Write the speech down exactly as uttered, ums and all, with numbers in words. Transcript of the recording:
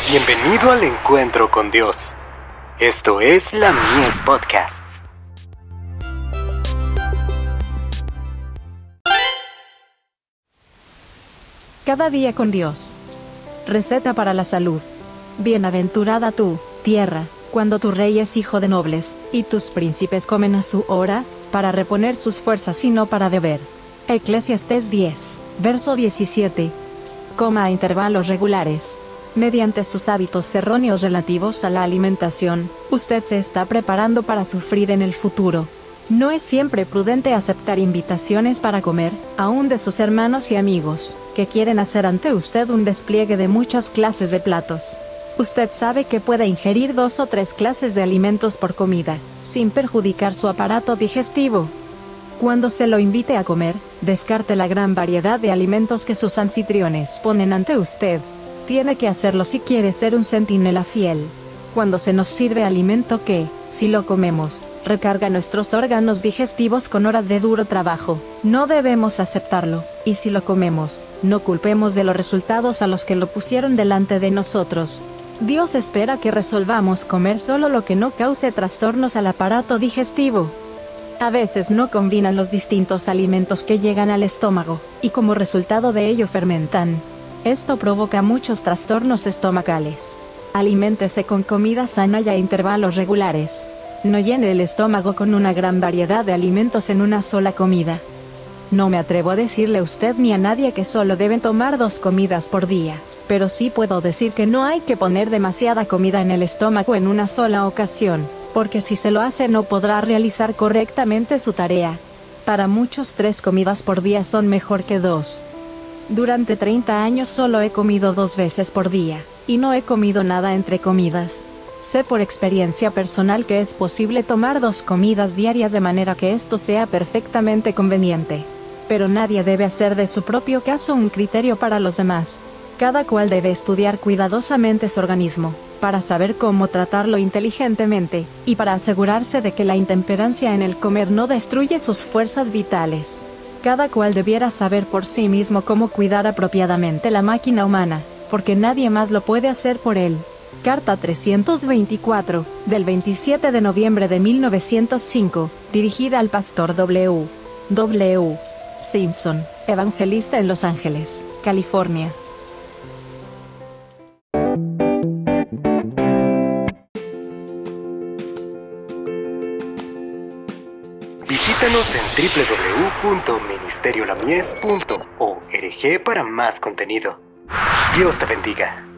Bienvenido al encuentro con Dios. Esto es la Mies Podcasts. Cada día con Dios. Receta para la salud. Bienaventurada tú, tierra, cuando tu rey es hijo de nobles, y tus príncipes comen a su hora, para reponer sus fuerzas y no para beber. Eclesiastés diez, verso diecisiete. Coma a intervalos regulares. Mediante sus hábitos erróneos relativos a la alimentación, usted se está preparando para sufrir en el futuro. No es siempre prudente aceptar invitaciones para comer, aún de sus hermanos y amigos, que quieren hacer ante usted un despliegue de muchas clases de platos. Usted sabe que puede ingerir dos o tres clases de alimentos por comida, sin perjudicar su aparato digestivo. Cuando se lo invite a comer, descarte la gran variedad de alimentos que sus anfitriones ponen ante usted. Tiene que hacerlo si quiere ser un centinela fiel. Cuando se nos sirve alimento que, si lo comemos, recarga nuestros órganos digestivos con horas de duro trabajo, no debemos aceptarlo, y si lo comemos, no culpemos de los resultados a los que lo pusieron delante de nosotros. Dios espera que resolvamos comer solo lo que no cause trastornos al aparato digestivo. A veces no combinan los distintos alimentos que llegan al estómago, y como resultado de ello fermentan. Esto provoca muchos trastornos estomacales. Aliméntese con comida sana y a intervalos regulares. No llene el estómago con una gran variedad de alimentos en una sola comida. No me atrevo a decirle a usted ni a nadie que solo deben tomar dos comidas por día, pero sí puedo decir que no hay que poner demasiada comida en el estómago en una sola ocasión, porque si se lo hace no podrá realizar correctamente su tarea. Para muchos tres comidas por día son mejor que dos. Durante treinta años solo he comido dos veces por día, y no he comido nada entre comidas. Sé por experiencia personal que es posible tomar dos comidas diarias de manera que esto sea perfectamente conveniente. Pero nadie debe hacer de su propio caso un criterio para los demás. Cada cual debe estudiar cuidadosamente su organismo, para saber cómo tratarlo inteligentemente, y para asegurarse de que la intemperancia en el comer no destruye sus fuerzas vitales. Cada cual debiera saber por sí mismo cómo cuidar apropiadamente la máquina humana, porque nadie más lo puede hacer por él. Carta trescientos veinticuatro, del veintisiete de noviembre de mil novecientos cinco, dirigida al pastor W. W. Simpson, evangelista en Los Ángeles, California. Visítanos en doble u doble u doble u punto ministerio la mies punto org para más contenido. Dios te bendiga.